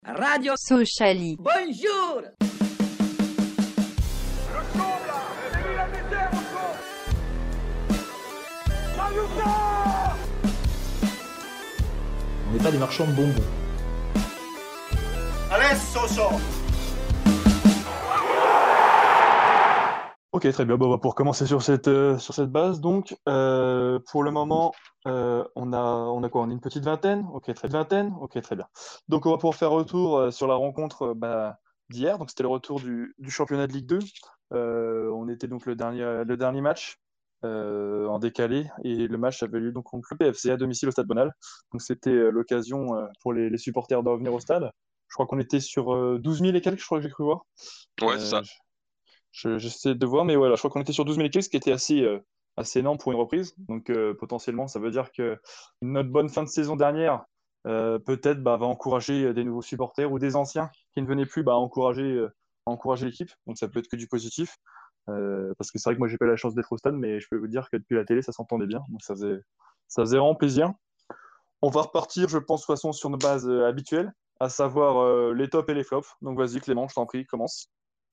Radio Sociali. Bonjour. Le show là, c'est lui la misère au show. Saluta. On n'est pas des marchands de bonbons. Allez, Soso. Ok, très bien. Bon, on va pouvoir commencer sur cette base. Donc, pour le moment, on a quoi? On est une petite vingtaine. Ok, très bien. Donc, on va pouvoir faire retour sur la rencontre d'hier. Donc, c'était le retour du championnat de Ligue 2. On était donc le dernier match en décalé et le match avait lieu donc contre le PFC à domicile au Stade Bonal. Donc, c'était l'occasion pour les supporters de revenir au stade. Je crois qu'on était sur 12 000 et quelques, je crois que j'ai cru voir. Ouais, c'est Euh, ça. J'essaie de voir, mais voilà, je crois qu'on était sur 12 000 et quelques, ce qui était assez énorme pour une reprise. Donc potentiellement, ça veut dire que notre bonne fin de saison dernière, peut-être va encourager des nouveaux supporters ou des anciens qui ne venaient plus à encourager l'équipe. Donc ça peut être que du positif. Parce que c'est vrai que moi, j'ai pas eu la chance d'être au stade, mais je peux vous dire que depuis la télé, ça s'entendait bien. Donc ça faisait vraiment plaisir. On va repartir, je pense, de toute façon, sur nos bases habituelles, à savoir les tops et les flops. Donc vas-y, Clément, je t'en prie, commence.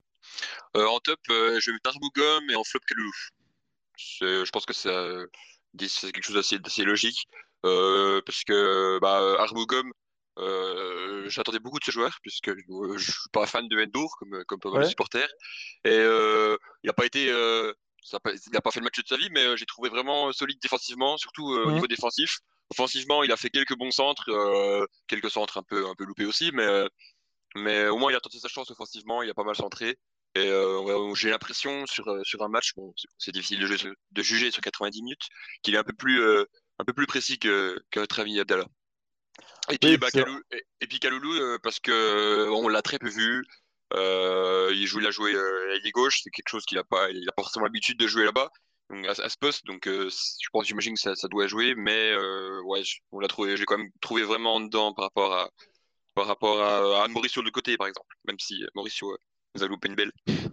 En top, je vais mettre Arbogum et en flop Kalou. Je pense que c'est quelque chose d'assez logique. Parce que Arbogum, j'attendais beaucoup de ce joueur, puisque je suis pas fan de Endur, comme pas mal de Ouais, supporters. Et il a pas été. Il a pas fait le match de sa vie, mais j'ai trouvé vraiment solide défensivement, surtout au mhm, niveau défensif. Offensivement, il a fait quelques bons centres, quelques centres un peu loupés aussi, mais au moins il a tenté sa chance offensivement, il a pas mal centré. Et ouais, j'ai l'impression sur un match, bon, c'est difficile de juger sur 90 minutes, qu'il est un peu plus précis que notre ami Abdallah. Et oui, puis puis Kaloulou, parce que on l'a très peu vu. Il a joué ailier gauche, c'est quelque chose il a pas forcément l'habitude de jouer là-bas, donc à ce poste. Donc j'imagine que ça doit jouer, mais ouais, on l'a trouvé, j'ai quand même trouvé vraiment en dedans par rapport à Mauricio de l'autre côté, par exemple. Même si Mauricio nous a loupé une belle.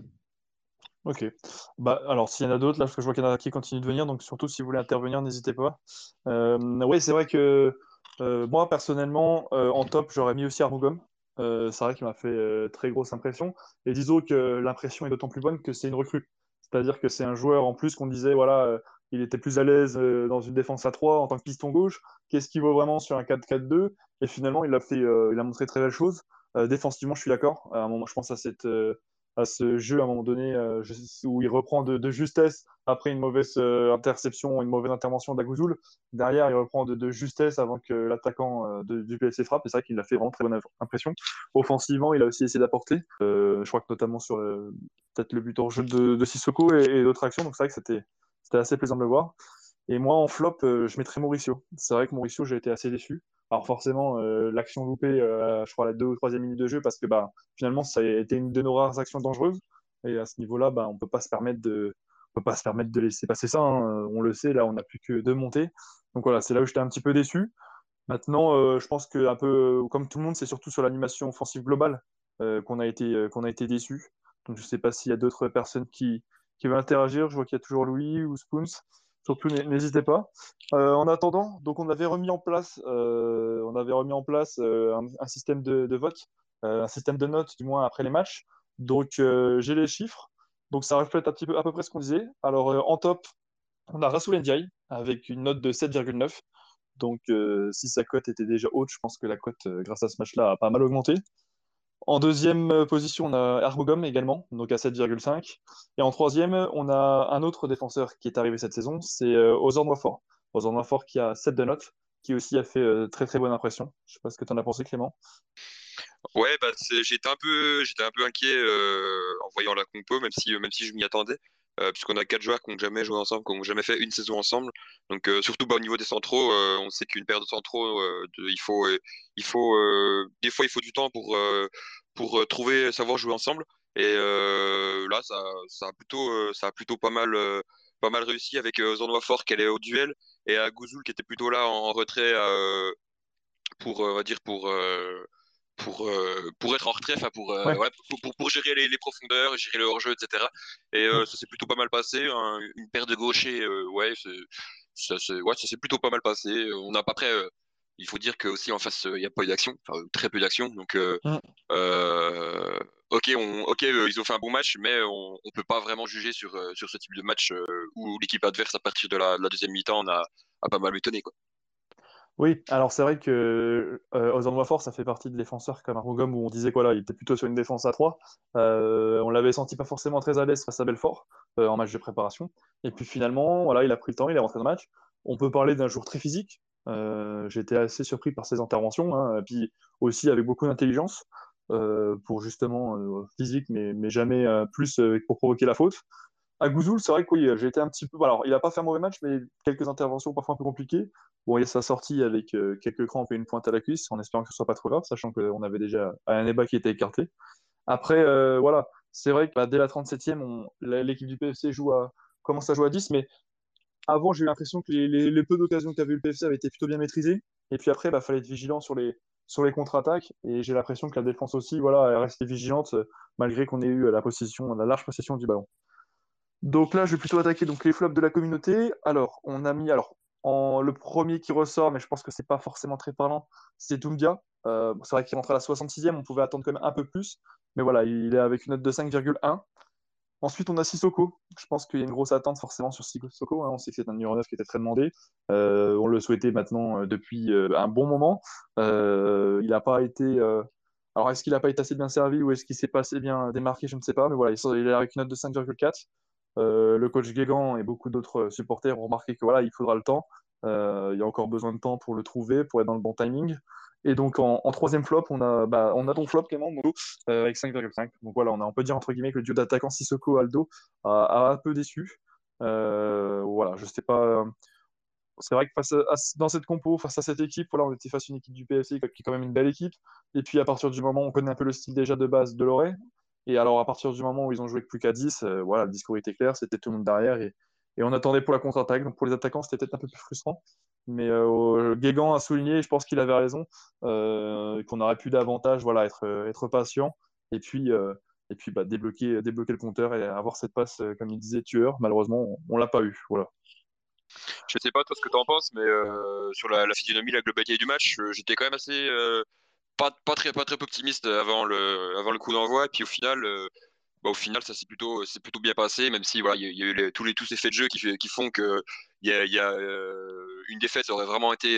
ok. Bah, alors, s'il y en a d'autres, là, parce que je vois qu'il y en a qui continuent de venir, donc surtout si vous voulez intervenir, n'hésitez pas. Oui, c'est vrai que moi, personnellement, en top, j'aurais mis aussi Armugom. C'est vrai qu'il m'a fait très grosse impression. Et disons que l'impression est d'autant plus bonne que c'est une recrue. C'est-à-dire que c'est un joueur en plus qu'on disait, voilà, il était plus à l'aise dans une défense à 3 en tant que piston gauche. Qu'est-ce qu'il vaut vraiment sur un 4-4-2? Et finalement, il a montré très belle chose. Défensivement, je suis d'accord. À un moment, je pense à ce jeu à un moment donné où il reprend de justesse après une mauvaise interception, une mauvaise intervention d'Agouzoul. Derrière, il reprend de justesse avant que l'attaquant du PSC frappe. Et c'est vrai qu'il a fait vraiment très bonne impression. Offensivement, il a aussi essayé d'apporter. Je crois que notamment sur peut-être le but hors jeu de Sissoko et d'autres actions. Donc c'est vrai que c'était assez plaisant de le voir. Et moi, en flop, je mettrais Mauricio. C'est vrai que Mauricio, j'ai été assez déçu. Alors forcément, l'action loupée, je crois, à la 2 ou 3e minute de jeu, parce que finalement, ça a été une de nos rares actions dangereuses. Et à ce niveau-là, on peut pas se permettre de laisser passer ça, hein. On le sait, là, on n'a plus que 2 montées. Donc voilà, c'est là où j'étais un petit peu déçu. Maintenant, je pense que un peu comme tout le monde, c'est surtout sur l'animation offensive globale qu'on a été déçu. Donc je ne sais pas s'il y a d'autres personnes qui veulent interagir. Je vois qu'il y a toujours Louis ou Spoons. Surtout, n'hésitez pas. En attendant, donc on avait remis en place un système de vote, un système de notes, du moins après les matchs. Donc j'ai les chiffres. Donc ça reflète un petit peu à peu près ce qu'on disait. Alors en top, on a Rassoul Ndiaye avec une note de 7,9. Donc, si sa cote était déjà haute, je pense que la cote, grâce à ce match-là, a pas mal augmenté. En deuxième position, on a Arbogum également, donc à 7,5. Et en troisième, on a un autre défenseur qui est arrivé cette saison, c'est Ozan Wafort. Ozan Wafort qui a 7 de note, qui aussi a fait très très bonne impression. Je sais pas ce que tu en as pensé, Clément. Ouais, j'étais un peu inquiet en voyant la compo, même si je m'y attendais, puisqu'on a quatre joueurs qui n'ont jamais joué ensemble, qui n'ont jamais fait une saison ensemble. Donc surtout au niveau des centraux, on sait qu'une paire de centraux, des fois il faut du temps pour trouver, savoir jouer ensemble. Et là, ça a plutôt pas mal réussi avec Zornois Fort qui allait au duel et à Gouzoul qui était plutôt là en retrait on va dire pour être en retrait, enfin Ouais, ouais, pour gérer les profondeurs, gérer le hors-jeu, etc. Et ça s'est plutôt pas mal passé. Une paire de gauchers, ouais, ouais, ça s'est plutôt pas mal passé. On n'a pas après. il faut dire que aussi en face, il n'y a pas eu d'action, enfin très peu d'action. Donc, Mm. ok, ils ont fait un bon match, mais on peut pas vraiment juger sur ce type de match où l'équipe adverse, à partir de la deuxième mi-temps, a pas mal étonné, quoi. Oui, alors c'est vrai que Ozan Wafort, ça fait partie de défenseurs comme Arugom où on disait quoi là, il était plutôt sur une défense à 3. On l'avait senti pas forcément très à l'aise face à Belfort en match de préparation. Et puis finalement, voilà, il a pris le temps, il est rentré dans le match. On peut parler d'un joueur très physique. J'étais assez surpris par ses interventions, hein, et puis aussi avec beaucoup d'intelligence pour justement physique, mais jamais plus pour provoquer la faute. À Gouzoul, c'est vrai que oui, j'ai été un petit peu. Alors, il n'a pas fait un mauvais match, mais quelques interventions parfois un peu compliquées. Bon, il y a sa sortie avec quelques crampes et une pointe à la cuisse, en espérant que ce soit pas trop grave, sachant qu'on avait déjà un débat qui était écarté. Après, voilà, c'est vrai que bah, dès la 37e, l'équipe du PFC commence à jouer à 10, mais avant, j'ai eu l'impression que les peu d'occasions qu'avait eu le PFC avaient été plutôt bien maîtrisées. Et puis après, il fallait être vigilant sur les contre-attaques. Et j'ai l'impression que la défense aussi, voilà, est restée vigilante, malgré qu'on ait eu la large possession du ballon. Donc là, je vais plutôt attaquer donc les flops de la communauté. Alors, on a mis le premier qui ressort, mais je pense que c'est pas forcément très parlant, c'est Doumbia. Bon, c'est vrai qu'il rentre à la 66e, on pouvait attendre quand même un peu plus, mais voilà, il est avec une note de 5,1. Ensuite, on a Sissoko. Je pense qu'il y a une grosse attente forcément sur Sissoko, hein. On sait que c'est un numéro 9 qui était très demandé. On le souhaitait maintenant depuis un bon moment. Il n'a pas été. Alors, est-ce qu'il n'a pas été assez bien servi ou est-ce qu'il s'est pas assez bien démarqué? Je ne sais pas. Mais voilà, il est avec une note de 5,4. Le coach Guégan et beaucoup d'autres supporters ont remarqué que voilà, il faudra le temps. Il y a encore besoin de temps pour le trouver, pour être dans le bon timing. Et donc en troisième flop, on a ton flop Clément, Mondo, avec 5,5. Donc voilà, on peut dire entre guillemets que le duo d'attaquants Sissoko-Aldo a un peu déçu. Voilà, je sais pas. C'est vrai que dans cette compo, face à cette équipe, voilà, on était face à une équipe du PFC qui est quand même une belle équipe. Et puis à partir du moment où on connaît un peu le style déjà de base de Loré, et alors à partir du moment où ils ont joué que plus qu'à 10, voilà, le discours était clair, c'était tout le monde derrière et on attendait pour la contre-attaque. Donc pour les attaquants, c'était peut-être un peu plus frustrant. Mais Guégan a souligné, je pense qu'il avait raison, qu'on aurait pu davantage voilà, être patient et puis bah, débloquer le compteur et avoir cette passe, comme il disait, tueur. Malheureusement, on l'a pas eu. Voilà. Je sais pas toi ce que t'en penses, mais sur la physionomie, la globalité du match, j'étais quand même assez pas très optimiste avant le coup d'envoi. Et puis au final, ça c'est plutôt bien passé, même si voilà, il y a eu tous ces faits de jeu qui font que une défaite aurait vraiment été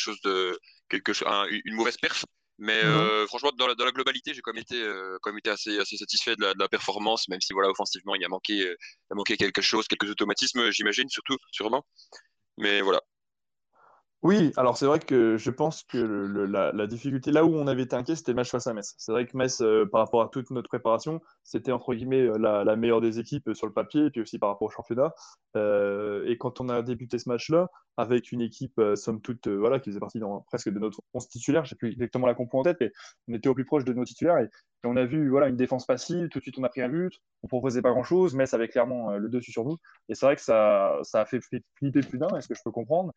une mauvaise perf. Mais Mhm. franchement, dans la globalité, j'ai quand même été assez satisfait de la performance, même si voilà, offensivement, il a manqué quelque chose, quelques automatismes, j'imagine, surtout, sûrement. Mais voilà. Oui, alors c'est vrai que je pense que la difficulté, là où on avait été inquiet, c'était le match face à Metz. C'est vrai que Metz, par rapport à toute notre préparation, c'était entre guillemets la meilleure des équipes sur le papier, et puis aussi par rapport au championnat. Et quand on a débuté ce match-là, avec une équipe, somme toute, voilà, qui faisait partie presque de notre 11 titulaire, j'ai plus exactement la compo en tête, mais on était au plus proche de nos titulaires, et on a vu voilà, une défense passive, tout de suite on a pris un but, on proposait pas grand-chose, Metz avait clairement le dessus sur nous, et c'est vrai que ça a fait flipper plus d'un, est-ce que je peux comprendre?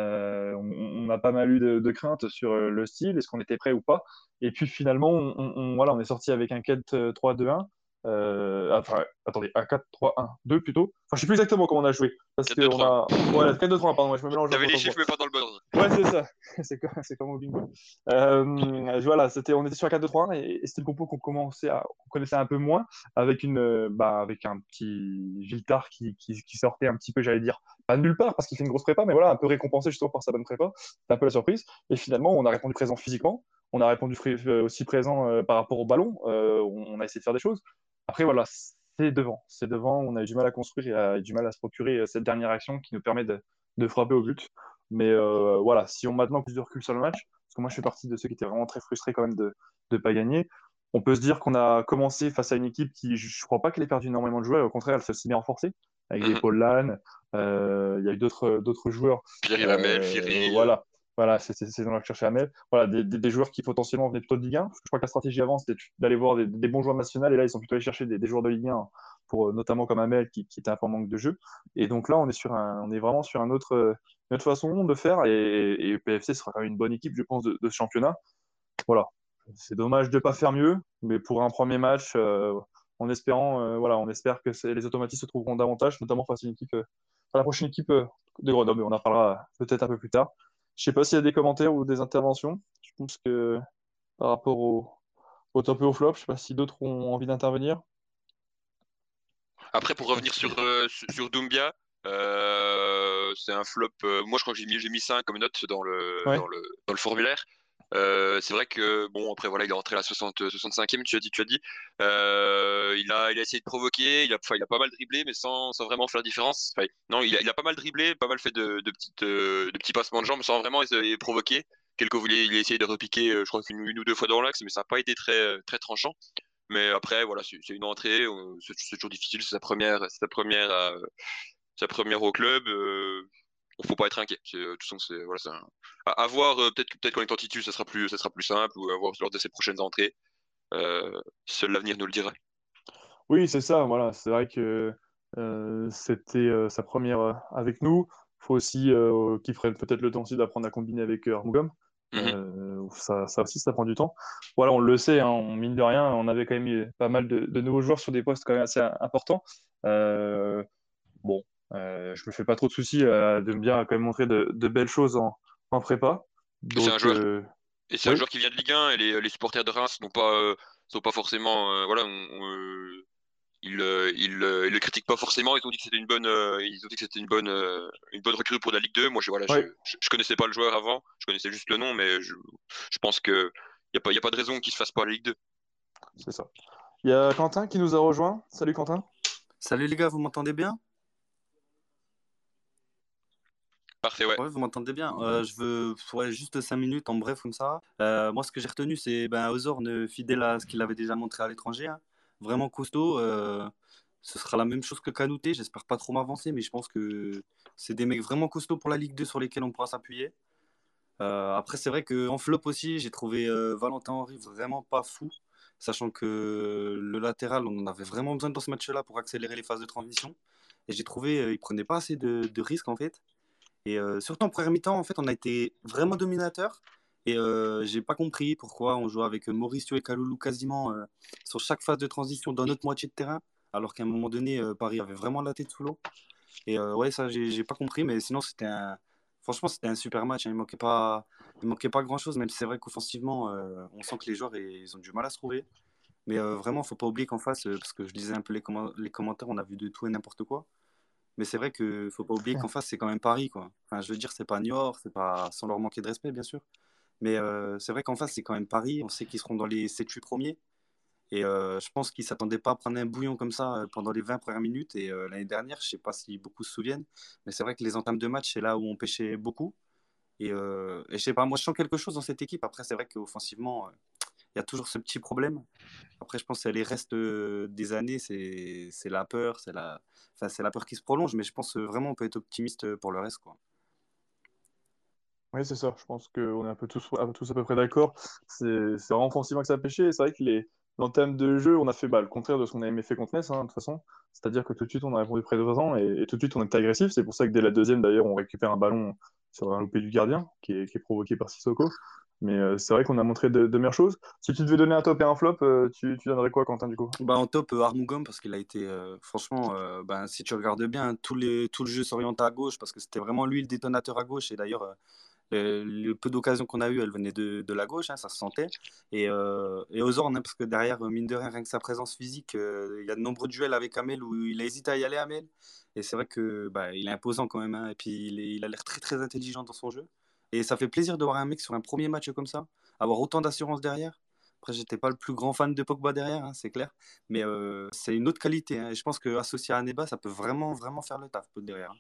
On a pas mal eu de craintes sur le style, est-ce qu'on était prêt ou pas. Et puis finalement, voilà, on est sorti avec un 4-3-2-1. Enfin, attendez, un 4-3-1-2 plutôt. Enfin, je sais plus exactement comment on a joué. Parce qu'on 4-2-3-1. a. Ouais, 4-2-3, pardon, je me mélange un T'avais peu. les chiffres, mais pas dans le bon ordre. Ouais, c'est ça. C'est comme au bingo. Voilà, on était sur un 4-2-3-1 et c'était le compo qu'on connaissait un peu moins, avec un petit Giltard qui sortait un petit peu, j'allais dire, pas nulle part parce qu'il fait une grosse prépa, mais voilà, un peu récompensé justement par sa bonne prépa. C'était un peu la surprise. Et finalement, on a répondu présent physiquement, on a répondu aussi présent par rapport au ballon. On a essayé de faire des choses. Après, voilà, c'est devant. On a eu du mal à construire et a eu du mal à se procurer cette dernière action qui nous permet de frapper au but. Mais voilà, si on maintenant plus de recul sur le match, parce que moi je fais partie de ceux qui étaient vraiment très frustrés quand même de ne pas gagner, on peut se dire qu'on a commencé face à une équipe qui, je ne crois pas qu'elle ait perdu énormément de joueurs, au contraire, elle s'est aussi bien renforcée, avec des Mhm. Paul Lannes, il y a eu d'autres joueurs. Pierre Hamel, Ferry. Voilà, c'est dans la recherche à Amel. Voilà, des joueurs qui potentiellement venaient plutôt de Ligue 1. Parce que je crois que la stratégie avant, c'était d'aller voir des bons joueurs nationaux, et là, ils sont plutôt allés chercher des joueurs de Ligue 1, pour, notamment comme Amel, qui était un peu en manque de jeu. Et donc là, on est vraiment sur une autre façon de faire, et le PFC sera quand même une bonne équipe, je pense, de ce championnat. Voilà. C'est dommage de ne pas faire mieux, mais pour un premier match, en espérant, voilà, on espère que les automatismes se trouveront davantage, notamment face à la prochaine équipe de Grenoble. On en parlera peut-être un peu plus tard. Je sais pas s'il y a des commentaires ou des interventions. Je pense que par rapport au top et au flop, je sais pas si d'autres ont envie d'intervenir. Après, pour revenir sur Doumbia, c'est un flop. Moi, je crois que j'ai mis 5 comme note Ouais, dans le formulaire. C'est vrai que, bon, après, voilà, il est rentré à la 65e, tu as dit. Il a essayé de provoquer, enfin, il a pas mal dribblé, mais sans vraiment faire la différence. Enfin, non, il a pas mal dribblé, pas mal fait de petits passements de jambes, sans vraiment essayer de provoquer. Il a essayé de repiquer, je crois qu'une ou deux fois dans l'axe, mais ça n'a pas été très tranchant. Mais après, voilà, c'est une entrée, c'est toujours difficile, c'est sa première au club. Faut pas être inquiet. De toute façon, voilà, à voir. Peut-être qu'en étant titu, ça sera plus simple, ou à voir lors de ses prochaines entrées. Seul l'avenir nous le dira. oui, c'est ça. Voilà, c'est vrai que c'était sa première avec nous. Faut aussi qu'il prenne peut-être le temps aussi d'apprendre à combiner avec Armugom. Mhm. Ça aussi, ça prend du temps. Voilà, on le sait, hein, mine de rien, on avait quand même eu pas mal de nouveaux joueurs sur des postes quand même assez importants. Euh, bon, je me fais pas trop de soucis de bien quand même montrer de belles choses en prépa. Et c'est un Donc, joueur, et c'est un oui, joueur qui vient de Ligue 1, et les supporters de Reims sont pas forcément, voilà, ils le critiquent pas forcément. Ils ont dit que c'était une bonne recrue pour la Ligue 2. Moi, voilà, oui, je connaissais pas le joueur avant, je connaissais juste le nom, mais je pense que y a pas de raison qu'il se fasse pas la Ligue 2. c'est ça. Il y a Quentin qui nous a rejoint. Salut Quentin. Salut les gars, vous m'entendez bien? Parfait, ouais. Ouais, vous m'entendez bien. Je veux ouais, juste 5 minutes en bref comme ça. Moi, ce que j'ai retenu, c'est Ozorn fidèle à ce qu'il avait déjà montré à l'étranger, hein. Vraiment costaud. Ce sera la même chose que Kanouté. J'espère pas trop m'avancer, mais je pense que c'est des mecs vraiment costauds pour la Ligue 2 sur lesquels on pourra s'appuyer. Après, c'est vrai qu'en flop aussi, j'ai trouvé Valentin Henry vraiment pas fou, sachant que le latéral, on en avait vraiment besoin dans ce match-là pour accélérer les phases de transition. Et j'ai trouvé il prenait pas assez de risques en fait. Et surtout en première mi-temps, en fait, on a été vraiment dominateur. Et j'ai pas compris pourquoi on jouait avec Mauricio et Kaloulou quasiment sur chaque phase de transition dans notre moitié de terrain, alors qu'à un moment donné, Paris avait vraiment la tête sous l'eau. Et ouais, ça, j'ai pas compris, mais sinon, franchement, c'était un super match, hein. Il manquait pas grand-chose, même si c'est vrai qu'offensivement, on sent que les joueurs, ils ont du mal à se trouver. Mais vraiment, faut pas oublier qu'en face, parce que je lisais un peu les commentaires, on a vu de tout et n'importe quoi. Mais c'est vrai que faut pas oublier qu'en face, c'est quand même Paris, quoi. Enfin, je veux dire, c'est pas Niort, c'est pas sans leur manquer de respect, bien sûr. Mais c'est vrai qu'en face, c'est quand même Paris. On sait qu'ils seront dans les 7-8 premiers. Et je pense qu'ils s'attendaient pas à prendre un bouillon comme ça pendant les 20 premières minutes. Et l'année dernière, je sais pas si beaucoup se souviennent, mais c'est vrai que les entames de match, c'est là où on pêchait beaucoup. Et je sais pas, moi, je sens quelque chose dans cette équipe. Après, c'est vrai qu'offensivement, il y a toujours ce petit problème. Après, je pense que c'est les restes des années, c'est la peur, enfin, c'est la peur qui se prolonge, mais je pense vraiment on peut être optimiste pour le reste, quoi. Oui, c'est ça. Je pense qu'on est un peu tous à peu près d'accord. C'est vraiment offensivement que ça a pêché. Et c'est vrai que l'entame de jeu, on a fait le contraire de ce qu'on avait fait contre Metz, hein, de toute façon. C'est-à-dire que tout de suite, on a répondu présent et tout de suite, on était agressif. C'est pour ça que dès la deuxième, d'ailleurs, on récupère un ballon sur un loupé du gardien qui est provoqué par Sissoko. Mais c'est vrai qu'on a montré de meilleures choses. Si tu devais donner un top et un flop, tu donnerais quoi, Quentin, du coup? En top, Armugom, parce qu'il a été, franchement, si tu regardes bien, tout le jeu s'orientait à gauche, parce que c'était vraiment lui le détonateur à gauche. Et d'ailleurs, le peu d'occasions qu'on a eues, elles venaient de la gauche, hein, ça se sentait. Et Ozorn, hein, parce que derrière, mine de rien, rien que sa présence physique, il y a de nombreux duels avec Amel où il a hésité à y aller, Amel. Et c'est vrai que il est imposant quand même, hein. Et puis il a l'air très très intelligent dans son jeu. Et ça fait plaisir de voir un mec sur un premier match comme ça, avoir autant d'assurance derrière. Après, j'étais pas le plus grand fan de Pogba derrière, hein, c'est clair. Mais c'est une autre qualité, hein. Et je pense qu'associé à Aneba, ça peut vraiment vraiment faire le taf derrière, hein.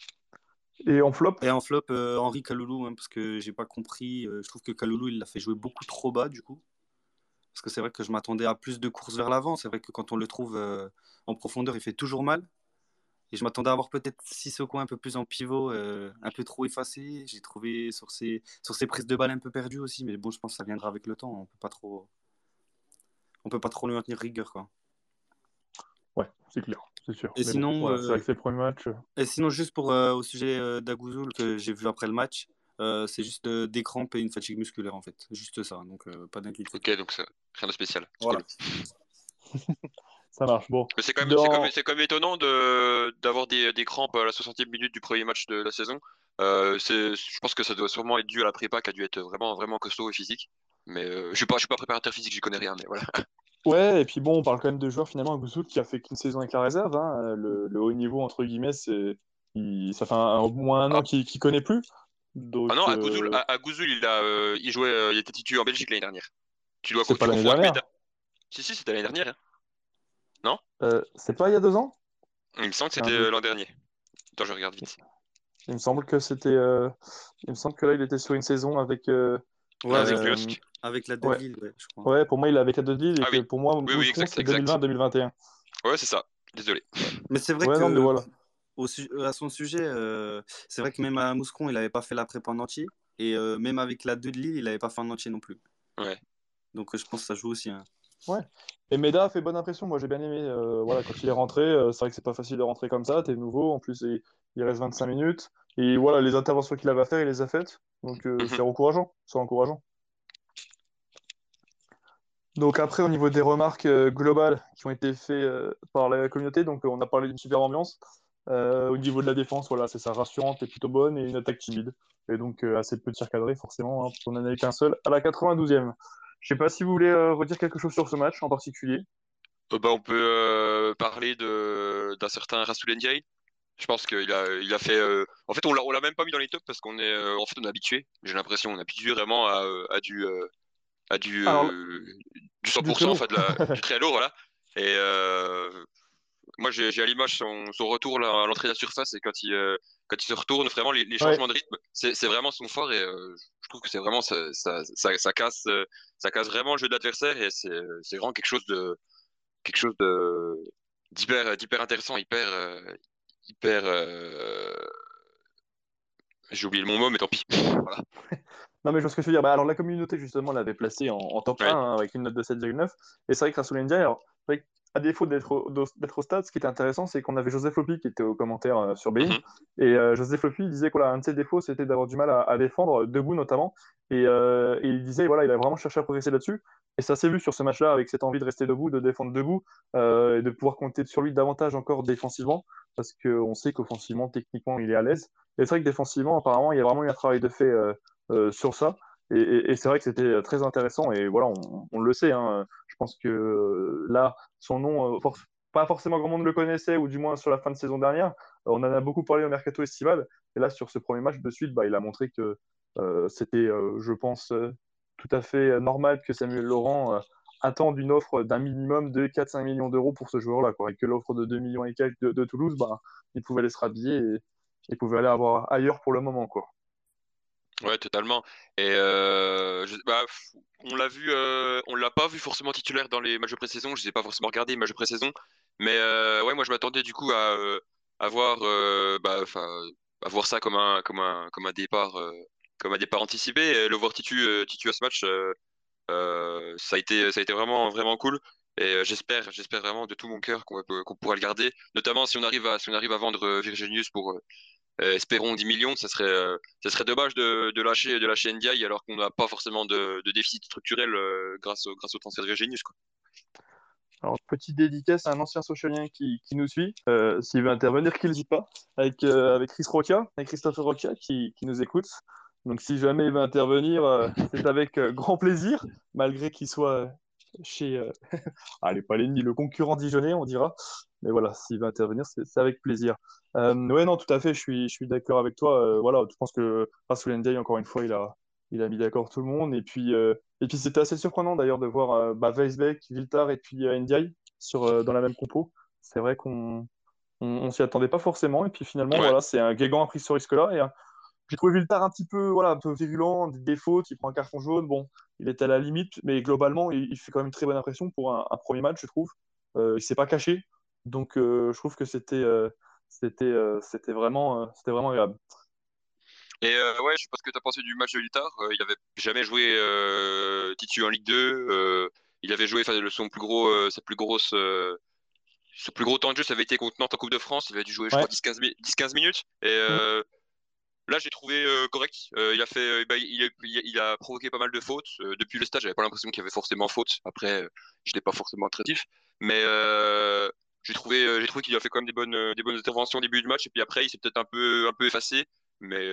Et en flop? Et en flop, Henri Kaloulou, hein, parce que j'ai pas compris. Je trouve que Kaloulou, il l'a fait jouer beaucoup trop bas, du coup. Parce que c'est vrai que je m'attendais à plus de courses vers l'avant. C'est vrai que quand on le trouve en profondeur, il fait toujours mal. Et je m'attendais à avoir peut-être Sissoko un peu plus en pivot, un peu trop effacé. J'ai trouvé sur ses prises de balles un peu perdues aussi. Mais bon, je pense que ça viendra avec le temps. On peut pas trop lui en tenir rigueur, quoi. Ouais, c'est clair, c'est sûr. Et Mais bon, sinon, voilà, c'est vrai que c'est le premier match. juste au sujet d'Agouzoul que j'ai vu après le match, c'est juste des crampes et une fatigue musculaire en fait. Juste ça, donc pas d'inquiétude. Ok, donc rien de spécial. C'est Voilà. cool. Ça marche. Bon. Mais c'est quand même Dans... étonnant d'avoir des crampes à la 60e minute du premier match de la saison. Je pense que ça doit sûrement être dû à la prépa qui a dû être vraiment, vraiment costaud et physique. Mais je suis pas préparateur physique, j'y connais rien, mais voilà. Ouais, et puis bon, on parle quand même de joueurs finalement, Gouzou qui a fait qu'une saison avec la réserve, hein. Le haut niveau, entre guillemets, ça fait au moins un Ah, an qu'il connaît plus. ah Donc, non, à Gouzoul, il jouait, il était titulaire en Belgique l'année dernière. c'est pas Tu l'année confonds avec Meda. dernière. Si, si, c'était l'année dernière, hein. Non? C'est pas il y a 2 ans? Il me semble que J'ai un c'était doute. l'an dernier. Attends, je regarde vite. Il me semble que c'était. Il me semble que là, il était sur une saison avec. Ouais, Avec avec, Euh, Liosk. avec la de ouais, Lille, ouais, je crois. ouais, pour moi, il est avec la Lille et Ah que oui, pour moi, oui, oui, Mouscron, exact, c'est exact. 2020-2021. Ouais, c'est ça. Désolé. Mais c'est vrai Ouais, non, mais que voilà. à son sujet, c'est vrai que même à Mouscron, il n'avait pas fait la prépa en entier. Et même avec la 2 de Lille, il n'avait pas fait en entier non plus. Ouais. Donc je pense que ça joue aussi, hein. Ouais. Et Meda a fait bonne impression. Moi, j'ai bien aimé. Voilà, quand il est rentré, c'est vrai que c'est pas facile de rentrer comme ça. T'es nouveau. En plus, il reste 25 minutes. Et voilà, les interventions qu'il avait à faire, il les a faites. Donc, Mhm. c'est encourageant. C'est encourageant. Donc, après, au niveau des remarques globales qui ont été faites par la communauté, donc on a parlé d'une super ambiance. Au niveau de la défense, voilà, c'est ça, rassurante et plutôt bonne. Et une attaque timide. Et donc, assez peu de tirs cadrés, forcément, hein, parce qu'on n'en avait qu'un seul à la 92e. Je sais pas si vous voulez redire quelque chose sur ce match en particulier. Bah, on peut parler d'un certain Rasoul Ndiaye. Je pense qu'il a fait. En fait, on l'a même pas mis dans les tops parce qu'on est, en fait, on est habitué. J'ai l'impression, on est habitué vraiment à Alors, du du 100%, très enfin lourd. du très lourd, voilà. Et moi, j'ai à l'image son retour là, à l'entrée de la surface et quand il se retourne, vraiment les Ouais. changements de rythme, c'est vraiment son fort et je trouve que c'est vraiment ça casse vraiment le jeu de l'adversaire et c'est vraiment quelque chose de d'hyper intéressant, hyper j'ai oublié le bon mot mais tant pis. Voilà. Non, mais je vois ce que je veux dire. Bah, alors, la communauté, justement, l'avait placé en top 1 Ouais. hein, avec une note de 7,9. Et c'est vrai que Rassoul Ndiaye, alors, c'est vrai qu'à défaut d'être au stade, ce qui était intéressant, c'est qu'on avait Joseph Lopi qui était au commentaire sur Bein. Mhm. Et Joseph Lopi il disait que voilà, un de ses défauts, c'était d'avoir du mal à défendre, debout notamment. Et il disait, voilà, il a vraiment cherché à progresser là-dessus. Et ça s'est vu sur ce match-là, avec cette envie de rester debout, de défendre debout, et de pouvoir compter sur lui davantage encore défensivement, parce qu'on sait qu'offensivement, techniquement, il est à l'aise. Et c'est vrai que défensivement, apparemment, il y a vraiment eu un travail de fait sur ça. Et c'est vrai que c'était très intéressant. Et voilà, on le sait, hein. Je pense que là, son nom, pas forcément grand monde le connaissait, ou du moins sur la fin de saison dernière. On en a beaucoup parlé au mercato estival. Et là, sur ce premier match de suite, bah, il a montré que c'était, je pense, tout à fait normal que Samuel Laurent attende une offre d'un minimum de 4-5 millions d'euros pour ce joueur-là, quoi. Et que l'offre de 2 millions et quelques de Toulouse, bah, il pouvait aller se rhabiller et il pouvait aller avoir ailleurs pour le moment, quoi. Ouais, totalement. Et bah, on l'a vu, on l'a pas vu forcément titulaire dans les matchs de pré-saison. Je les ai pas forcément regardé les matchs de pré-saison, mais ouais, moi je m'attendais du coup à voir, bah, enfin, à voir ça comme un départ anticipé. Et le voir titu à ce match, ça a été vraiment vraiment cool. Et j'espère vraiment de tout mon cœur qu'on pourra le garder, notamment si on arrive à vendre Virginius pour espérons 10 millions, ça serait dommage de lâcher NDI alors qu'on n'a pas forcément de déficit structurel grâce au transfert de Virginius, quoi. Alors, petite dédicace à un ancien socialien qui nous suit. S'il veut intervenir, qu'il n'hésite pas. Avec Chris Roca, avec Christopher Roca qui nous écoute. Donc, si jamais il veut intervenir, c'est avec grand plaisir, malgré qu'il soit chez. Allez, pas l'ennemi, le concurrent dijonnais, on dira. Mais voilà, s'il veut intervenir, c'est avec plaisir. Ouais, non, tout à fait, je suis d'accord avec toi. Voilà, je pense que Rassoul Ndiaye, encore une fois, il a mis d'accord tout le monde. Et puis c'était assez surprenant d'ailleurs de voir bah, Weisbeck, Viltar et puis Ndiaye dans la même compo. C'est vrai qu'on s'y attendait pas forcément. Et puis finalement, Ouais. voilà, c'est un Guégan a pris ce risque-là. Et j'ai trouvé Viltar un petit peu, voilà, un peu virulent, des fautes, il prend un carton jaune. Bon, il était à la limite, mais globalement, il fait quand même une très bonne impression pour un premier match, je trouve. Il s'est pas caché. Donc je trouve que c'était vraiment agréable. Et ouais, je sais pas ce que tu as pensé du match de Littard. Il avait jamais joué Titu en Ligue 2. Il avait joué, enfin, son plus gros temps de jeu, ça avait été contre Nantes en Coupe de France. Il avait dû jouer, je crois, Ouais. 10-15 minutes. Et Mm. là, j'ai trouvé correct. Il a fait, bah, il a provoqué pas mal de fautes. Depuis le stade, j'avais pas l'impression qu'il y avait forcément faute. Après, je n'étais pas forcément attentif, mais j'ai trouvé qu'il a fait quand même des bonnes interventions au début du match. Et puis après, il s'est peut-être un peu effacé. mais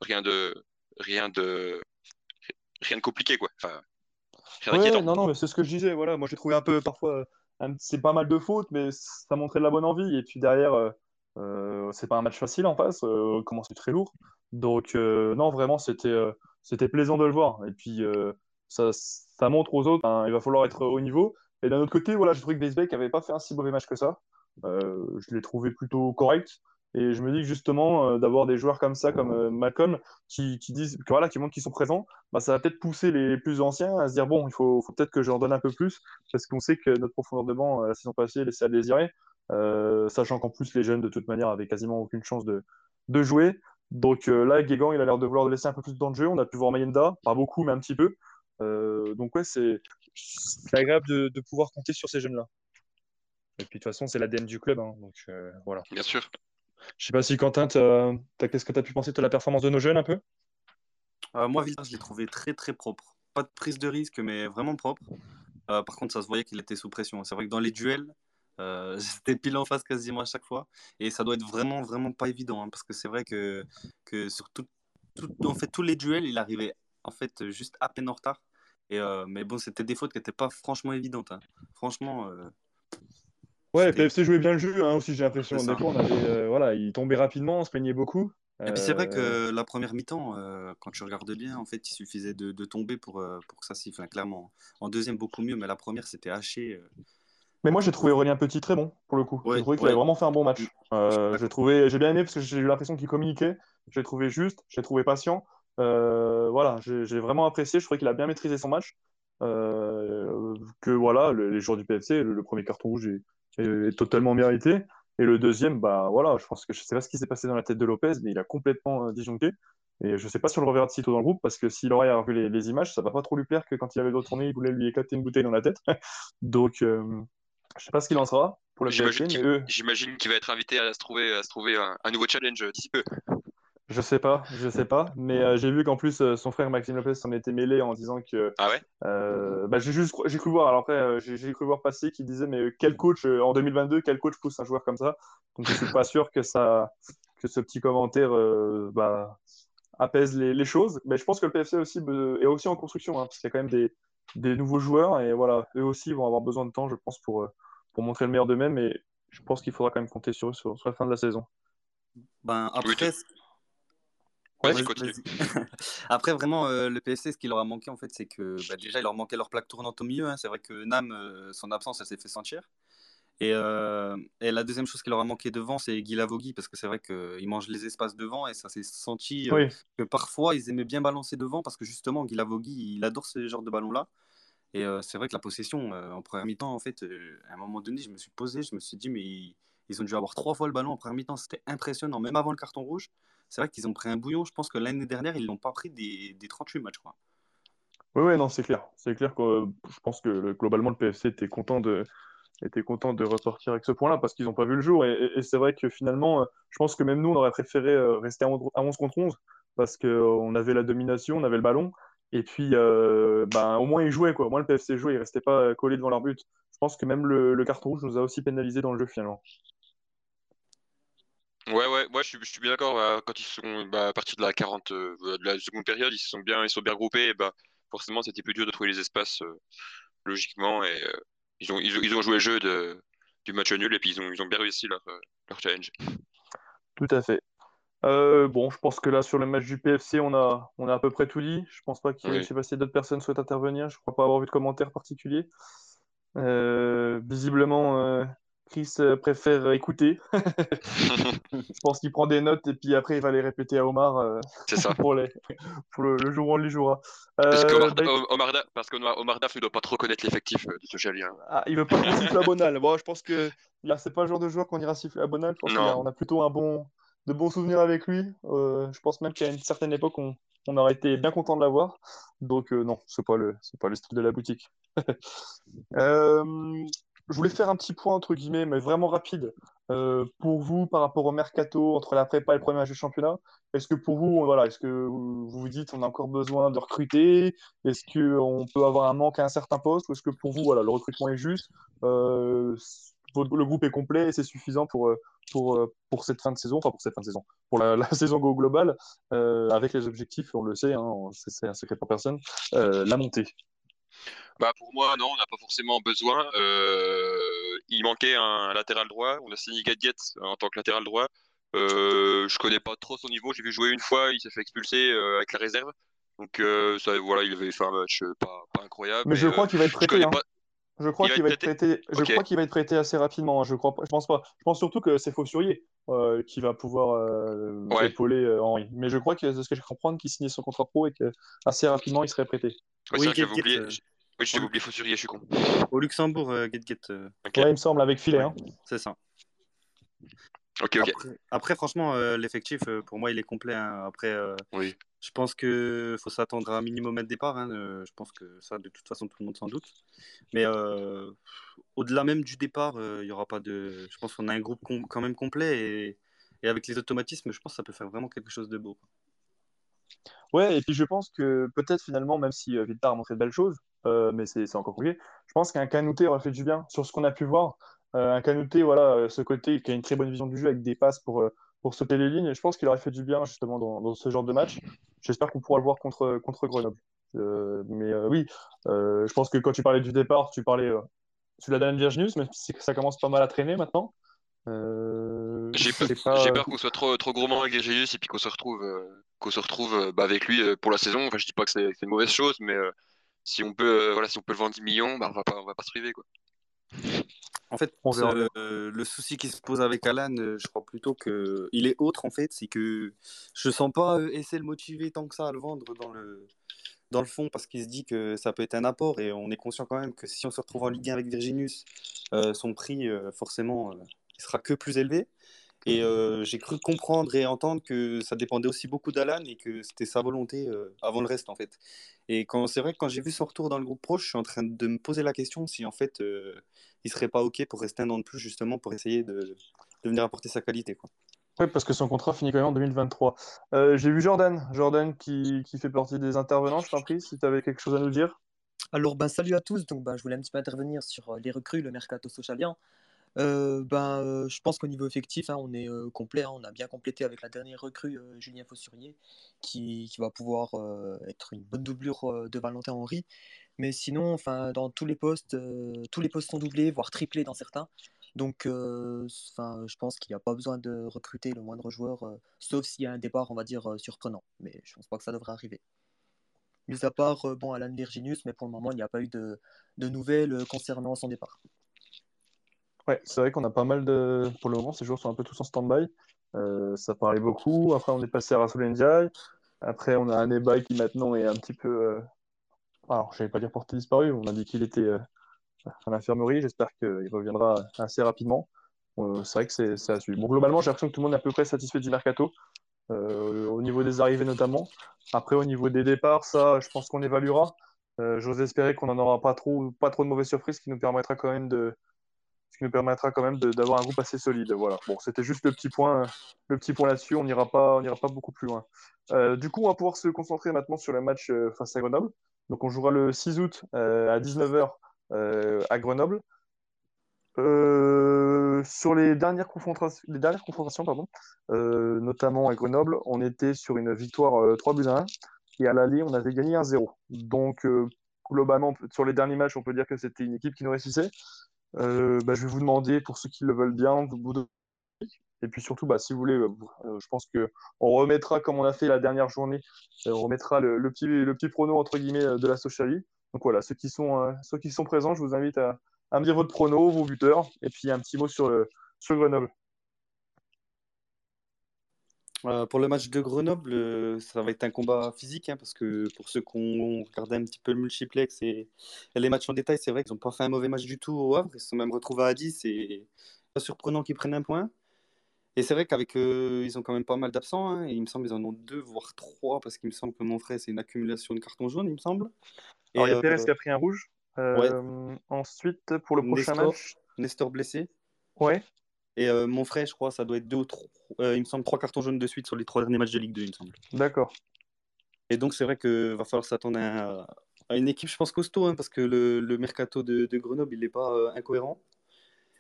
rien de, rien de compliqué, quoi. Enfin, rien Ouais, d'inquiétant. non, non, mais c'est ce que je disais. Voilà, moi j'ai trouvé un peu parfois, c'est pas mal de fautes, mais ça montrait de la bonne envie. Et puis derrière, c'est pas un match facile en face. Comment c'est très lourd. Donc non, vraiment, c'était plaisant de le voir. Et puis ça montre aux autres, hein, il va falloir être au niveau. Et d'un autre côté, voilà, je trouvais que Beisbeck avait pas fait un si mauvais match que ça. Je l'ai trouvé plutôt correct. Et je me dis que justement, d'avoir des joueurs comme ça, comme Malcolm, qui disent, que, voilà, qui montrent qu'ils sont présents, bah, ça va peut-être pousser les plus anciens à se dire, bon, faut peut-être que je leur donne un peu plus, parce qu'on sait que notre profondeur de banc, la saison passée, laissait à désirer, sachant qu'en plus, les jeunes, de toute manière, avaient quasiment aucune chance de jouer. Donc là, Guégan, il a l'air de vouloir laisser un peu plus de temps de jeu. On a pu voir Mayenda, pas beaucoup, mais un petit peu. Donc ouais, c'est agréable de pouvoir compter sur ces jeunes-là. Et puis de toute façon, c'est l'ADN du club, hein, donc voilà. Bien sûr. Je sais pas si Quentin, qu'est-ce que tu as pu penser de la performance de nos jeunes un peu? Moi, Villar, je l'ai trouvé très très propre. Pas de prise de risque, mais vraiment propre. Par contre, ça se voyait qu'il était sous pression. C'est vrai que dans les duels, j'étais pile en face quasiment à chaque fois. Et ça doit être vraiment, vraiment pas évident, hein, parce que c'est vrai que sur en fait, tous les duels, il arrivait en fait juste à peine en retard. Mais bon, c'était des fautes qui n'étaient pas franchement évidentes, hein. Franchement, Ouais, c'était PFC jouait bien le jeu, hein, aussi, j'ai c'est l'impression. Des ça. fois, voilà, il tombait rapidement, on se plaignait beaucoup. Et puis c'est vrai que la première mi-temps, quand tu regardes bien, en fait, il suffisait de tomber pour que ça siffle, hein, clairement. En deuxième, beaucoup mieux, mais la première, c'était haché. Mais moi, j'ai trouvé Aurélien Petit très bon, pour le coup. J'ai Ouais, trouvé qu'il avait ouais, vraiment fait un bon je match. suis d'accord. J'ai bien aimé parce que j'ai eu l'impression qu'il communiquait. J'ai trouvé juste, j'ai trouvé patient. Voilà, j'ai vraiment apprécié. Je trouvais qu'il a bien maîtrisé son match. Que voilà, les joueurs du PFC, le premier carton rouge est totalement mérité. Et le deuxième, bah voilà, je pense que je sais pas ce qui s'est passé dans la tête de Lopez, mais il a complètement disjoncté. Et je sais pas si on le reverra de sitôt dans le groupe, parce que s'il aurait revu les images, ça va pas trop lui plaire que quand il avait retourné, il voulait lui éclater une bouteille dans la tête. Donc, je sais pas ce qu'il en sera pour le PFC, mais eux, J'imagine qu'il va être invité à se trouver un nouveau challenge d'ici peu. je sais pas. Mais j'ai vu qu'en plus, son frère Maxime Lopez s'en était mêlé en disant que Ah ouais? bah, j'ai cru voir. Alors après, j'ai cru voir passer qui disait mais quel coach en 2022, quel coach pousse un joueur comme ça? Donc je suis pas sûr que ce petit commentaire bah, apaise les choses. Mais je pense que le PFC aussi est aussi en construction, hein, parce qu'il y a quand même des nouveaux joueurs et voilà, eux aussi vont avoir besoin de temps, je pense, pour montrer le meilleur d'eux-mêmes. Et je pense qu'il faudra quand même compter sur eux sur la fin de la saison. Ben, Oui, après, Ouais. vas-y, vas-y, continue. vas-y. Après, vraiment, le PSG, ce qui leur a manqué, en fait, c'est que bah, déjà, il leur manquait leur plaque tournante au milieu, hein. C'est vrai que Nam, son absence, elle s'est fait sentir. Et la deuxième chose qui leur a manqué devant, c'est Guy Lavogui, parce que c'est vrai qu'il mange les espaces devant, et ça s'est senti Oui. que parfois, ils aimaient bien balancer devant, parce que justement, Guy Lavogui, il adore ce genre de ballon-là. C'est vrai que la possession, en première mi-temps, en fait, à un moment donné, je me suis posé, je me suis dit, mais ils ont dû avoir 3 fois le ballon en première mi-temps. C'était impressionnant, même avant le carton rouge. C'est vrai qu'ils ont pris un bouillon. Je pense que l'année dernière, ils l'ont pas pris des 38 matchs, quoi. Oui, oui, non, c'est clair. C'est clair que je pense que globalement, le PFC était content de repartir avec ce point-là parce qu'ils n'ont pas vu le jour. Et c'est vrai que finalement, je pense que même nous, on aurait préféré rester à 11 contre 11 parce qu'on avait la domination, on avait le ballon. Et puis, ben, au moins, ils jouaient, quoi. Au moins, le PFC jouait, ils ne restaient pas collés devant leur but. Je pense que même le carton rouge nous a aussi pénalisé dans le jeu, finalement. Ouais, ouais, ouais, je suis bien d'accord. Quand ils sont à partir de la 40, de la seconde période, ils sont bien groupés. Et bah, forcément, c'était plus dur de trouver les espaces logiquement. Et ils ont joué le jeu du match nul et puis ils ont bien réussi leur challenge. Tout à fait. Bon, je pense que là, sur le match du PFC, on a à peu près tout dit. Je pense pas je Oui. sais pas si d'autres personnes souhaitent intervenir. Je crois pas avoir vu de commentaires particuliers. Visiblement, Chris préfère écouter. Je pense qu'il prend des notes et puis après, il va les répéter à Omar C'est ça. pour le jour où on les jouera. Bah, Parce qu'Omar Daf ne doit pas trop connaître l'effectif de ce Chalien. il veut pas qu'on siffle à Bonal. Bon, je pense que là, c'est pas le genre de joueur qu'on ira siffler à Bonal. Je pense Non. on a plutôt de bons souvenirs avec lui. Je pense même qu'à une certaine époque, on aurait été bien content de l'avoir. Donc, non, c'est pas le style de la boutique. Euh, je voulais faire un petit point, entre guillemets, mais vraiment rapide. Pour vous, par rapport au mercato, entre la prépa et le premier match du championnat, est-ce que pour vous, voilà, est-ce que vous vous dites on a encore besoin de recruter? Est-ce qu'on peut avoir un manque à un certain poste? Ou est-ce que pour vous, voilà, le recrutement est juste? le groupe est complet et c'est suffisant pour cette fin de saison, enfin pour cette fin de saison, pour la saison globale, avec les objectifs, on le sait, hein, c'est un secret pour personne, la montée. Bah pour moi, non, on n'a pas forcément besoin. Il manquait un latéral droit. On a signé Gadget en tant que latéral droit. Je connais pas trop son niveau. J'ai vu jouer une fois. Il s'est fait expulser avec la réserve. Donc ça, voilà, il avait fait un match pas incroyable. Mais Mais je crois qu'il va être je prêté, connais hein. pas. Je crois Il va qu'il être va être prêté. prêté. Je Ok. crois qu'il va être prêté assez rapidement, hein. Je crois pas, je pense pas. Je pense surtout que c'est Faussurier qui va pouvoir Ouais. épauler Henry. Mais je crois que c'est ce que je comprends qu'il signait son contrat pro et que assez rapidement il serait prêté. Ouais, c'est Oui, vrai que j'avais Get, oublié. Oui, au, j'avais oublié Faussurier. Je suis con. au Luxembourg, Get. Ok. Ouais, il me semble avec filet, Ouais, hein. c'est ça. Ok. Ok. Après franchement, l'effectif, pour moi, il est complet, hein. Après, Oui. je pense que faut s'attendre à un minimum de départ, hein. Je pense que ça, de toute façon, tout le monde s'en doute. Mais au-delà même du départ, il y aura pas de. Je pense qu'on a un groupe quand même complet et avec les automatismes, je pense que ça peut faire vraiment quelque chose de beau, quoi. Ouais, et puis je pense que peut-être finalement, même si Villar a montré de belles choses, mais c'est encore compliqué, je pense qu'un Kanouté aurait fait du bien sur ce qu'on a pu voir. Un Kanouté, voilà, ce côté qui a une très bonne vision du jeu avec des passes pour sauter les lignes, et je pense qu'il aurait fait du bien justement dans ce genre de match. J'espère qu'on pourra le voir contre Grenoble. Mais oui, je pense que quand tu parlais du départ, tu l'as Dan Virginius, mais c'est que ça commence pas mal à traîner maintenant. C'est J'ai pas. peur qu'on soit trop gourmand avec Virgilius et puis qu'on se retrouve bah, avec lui pour la saison. Enfin, je dis pas que c'est une mauvaise chose, mais si on peut, voilà, si on peut le vendre 10 millions, bah, on va pas se priver, quoi. En fait, On verra bien. le souci qui se pose avec Alan, je crois plutôt que il est autre en fait, c'est que je sens pas essayer de le motiver tant que ça à le vendre dans le fond parce qu'il se dit que ça peut être un apport et on est conscient quand même que si on se retrouve en Ligue 1 avec Virginius, son prix forcément il sera que plus élevé. Et j'ai cru comprendre et entendre que ça dépendait aussi beaucoup d'Alan et que c'était sa volonté avant le reste en fait. Et c'est vrai que quand j'ai vu son retour dans le groupe pro, je suis en train de me poser la question si en fait il serait pas ok pour rester un an de plus justement pour essayer de venir apporter sa qualité, quoi. Oui, parce que son contrat finit quand même en 2023. J'ai vu Jordan qui fait partie des intervenants, je t'en prie, si tu avais quelque chose à nous dire. Alors, salut à tous. Donc, je voulais un petit peu intervenir sur les recrues, le mercato socialien. Je pense qu'au niveau effectif, hein, on est complet, hein. On a bien complété avec la dernière recrue, Julien Faussurier, qui va pouvoir être une bonne doublure de Valentin Henry. Mais sinon, enfin, dans tous les postes sont doublés, voire triplés dans certains. Donc, je pense qu'il n'y a pas besoin de recruter le moindre joueur, sauf s'il y a un départ, on va dire, surprenant. Mais je pense pas que ça devrait arriver. Mis à part, Alan Virginius, mais pour le moment, il n'y a pas eu de nouvelles concernant son départ. Ouais, c'est vrai qu'on a pas mal de. Pour le moment, ces joueurs sont un peu tous en stand-by. Ça parlait beaucoup. Après, on est passé à Rassoul Ndiaye. Après, on a un Ebaï qui maintenant est un petit peu. Alors, je n'allais pas dire porté disparu. On a dit qu'il était à l'infirmerie. J'espère qu'il reviendra assez rapidement. C'est vrai que c'est à suivre. Bon, globalement, j'ai l'impression que tout le monde est à peu près satisfait du mercato, au niveau des arrivées notamment. Après, au niveau des départs, ça, je pense qu'on évaluera. J'ose espérer qu'on n'en aura pas trop de mauvaises surprises, ce qui nous permettra quand même d'avoir un groupe assez solide. Voilà. Bon, c'était juste le petit point là-dessus. On n'ira pas beaucoup plus loin. Du coup, on va pouvoir se concentrer maintenant sur le match face à Grenoble. Donc, on jouera le 6 août à 19h à Grenoble. Sur les dernières confrontations, pardon, notamment à Grenoble, on était sur une victoire 3 buts à 1 et à l'aller, on avait gagné 1-0. Donc, globalement, sur les derniers matchs, on peut dire que c'était une équipe qui nous réussissait. Je vais vous demander, pour ceux qui le veulent bien, et puis surtout, si vous voulez, je pense que on remettra, comme on a fait la dernière journée, on remettra le petit prono entre guillemets de la Social League. Donc voilà, ceux qui sont présents, je vous invite à me dire votre prono, vos buteurs, et puis un petit mot sur Grenoble. Pour le match de Grenoble, ça va être un combat physique, hein, parce que pour ceux qui ont regardé un petit peu le multiplex et les matchs en détail, c'est vrai qu'ils n'ont pas fait un mauvais match du tout au Havre. Ils se sont même retrouvés à 10. C'est pas surprenant qu'ils prennent un point. Et c'est vrai qu'avec ils ont quand même pas mal d'absents, hein, et il me semble qu'ils en ont deux, voire trois, parce qu'il me semble que mon frère, c'est une accumulation de cartons jaunes, il me semble. Alors, Et il y a Pérez qui a pris un rouge. ouais, Ensuite, pour le prochain match, Nestor blessé. ouais, Et mon frère, je crois, ça doit être deux ou trois, il me semble trois cartons jaunes de suite sur les trois derniers matchs de Ligue 2, il me semble. d'accord. Et donc, c'est vrai qu'il va falloir s'attendre à une équipe, je pense, costaud, hein, parce que le mercato de Grenoble, il n'est pas incohérent.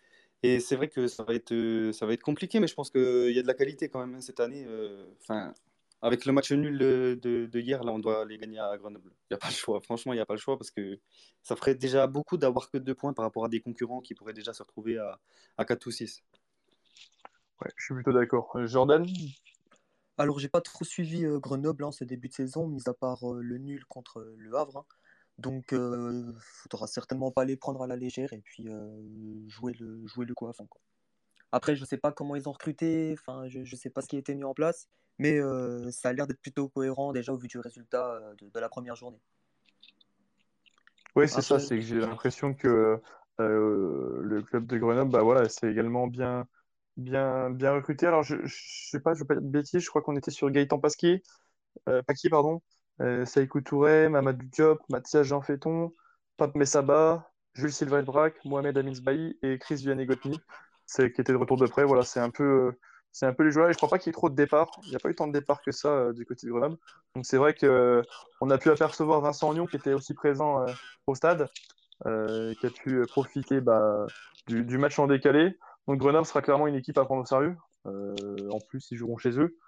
Et c'est vrai que ça va être compliqué, mais je pense qu'il y a de la qualité quand même hein, cette année. Enfin, avec le match nul de hier, là, on doit les gagner à Grenoble. Il n'y a pas le choix. Franchement, il n'y a pas le choix parce que ça ferait déjà beaucoup d'avoir que 2 points par rapport à des concurrents qui pourraient déjà se retrouver à 4 ou 6. Ouais, je suis plutôt d'accord. Jordan? Alors, j'ai pas trop suivi Grenoble en ce début de saison, mis à part le nul contre le Havre, hein. Donc, faudra certainement pas les prendre à la légère et puis jouer le coup à fond, quoi. Après, je sais pas comment ils ont recruté, enfin, je sais pas ce qui a été mis en place, mais ça a l'air d'être plutôt cohérent déjà au vu du résultat de la première journée. Oui, c'est ça, Après, c'est que j'ai l'impression que le club de Grenoble, bah voilà, c'est également bien recruté. Alors, je sais pas, je veux pas dire de bêtises, je crois qu'on était sur Gaëtan Pasquier, pardon, Sékou Touré, Mamadou Diop, Mathias Jean-Féton, Pape Messaba, Jules Sylvain-Brac, Mohamed Amin Sbahi et Chris Vianney-Gotni, qui étaient de retour de prêt. Voilà, c'est un peu les joueurs. Et je crois pas qu'il y ait trop de départs. Il n'y a pas eu tant de départs que ça du côté de Grenoble. Donc c'est vrai que on a pu apercevoir Vincent Lyon qui était aussi présent au stade, qui a pu profiter du match en décalé. Donc Grenoble sera clairement une équipe à prendre au sérieux. En plus, ils joueront chez eux.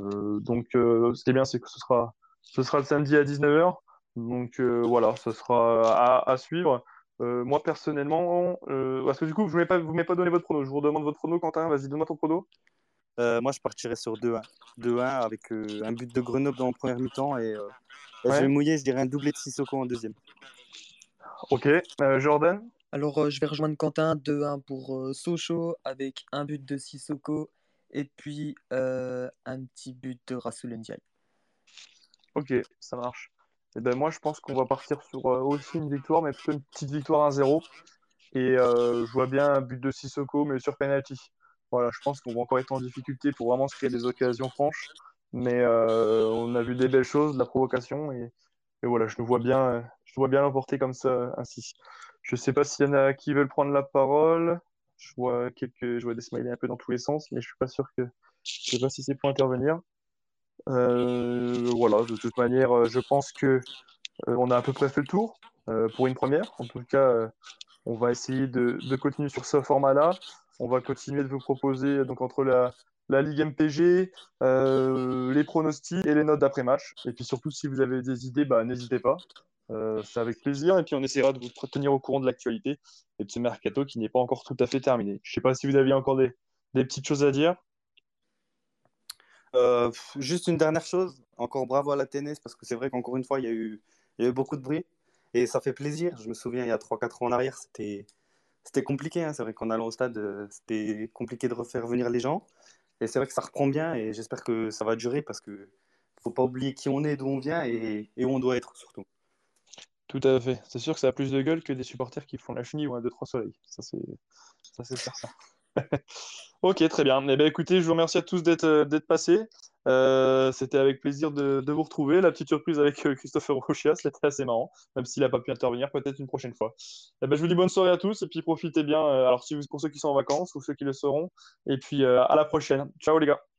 Ce qui est bien, c'est que ce sera le samedi à 19h. Donc voilà, ce sera à suivre. Moi, personnellement, parce que du coup, vous m'avez pas donné votre prono. Je vous redemande votre prono, Quentin. Vas-y, donne-moi ton prono. Moi, je partirais sur 2-1. 2-1 avec un but de Grenoble en première mi-temps et je vais Ouais. mouiller, je dirais un doublé de Sissoko en deuxième. Ok. Jordan? alors je vais rejoindre Quentin 2-1 pour Sochaux avec un but de Sissoko et puis un petit but de Rassoul Ndiaye. Ok, ça marche. Et ben moi, je pense qu'on va partir sur aussi une victoire, mais plutôt une petite victoire 1-0. Et je vois bien un but de Sissoko, mais sur penalty. Voilà, je pense qu'on va encore être en difficulté pour vraiment se créer des occasions franches. Mais on a vu des belles choses, de la provocation. Et voilà, je nous vois bien l'emporter comme ça, ainsi. Je sais pas s'il y en a qui veulent prendre la parole. Je vois des smileys un peu dans tous les sens, mais je suis pas sûr que, je sais pas si c'est pour intervenir. Voilà, de toute manière, je pense que on a à peu près fait le tour pour une première. En tout cas, on va essayer de continuer sur ce format-là. On va continuer de vous proposer donc entre la Ligue MPG, les pronostics et les notes d'après-match. Et puis surtout, si vous avez des idées, bah, n'hésitez pas. C'est avec plaisir. Et puis on essaiera de vous tenir au courant de l'actualité et de ce mercato qui n'est pas encore tout à fait terminé. Je ne sais pas si vous aviez encore des petites choses à dire. Juste une dernière chose, encore bravo à la TNS parce que c'est vrai qu'encore une fois, il y a eu beaucoup de bruit et ça fait plaisir. Je me souviens, il y a 3 4 ans en arrière, c'était compliqué. Hein. C'est vrai qu'en allant au stade, c'était compliqué de refaire venir les gens. Et c'est vrai que ça reprend bien et j'espère que ça va durer parce que faut pas oublier qui on est, d'où on vient et où on doit être surtout. Tout à fait. C'est sûr que ça a plus de gueule que des supporters qui font la chenille ou un 2-3 soleils. Ça, c'est certain. Ok, très bien. Eh bien, écoutez, je vous remercie à tous d'être passés. C'était avec plaisir de vous retrouver. La petite surprise avec Christopher Rochia, c'était assez marrant, même s'il n'a pas pu intervenir, peut-être une prochaine fois. Eh ben, je vous dis bonne soirée à tous et puis profitez bien. Alors, si vous, pour ceux qui sont en vacances ou ceux qui le seront. Et puis, à la prochaine. Ciao, les gars.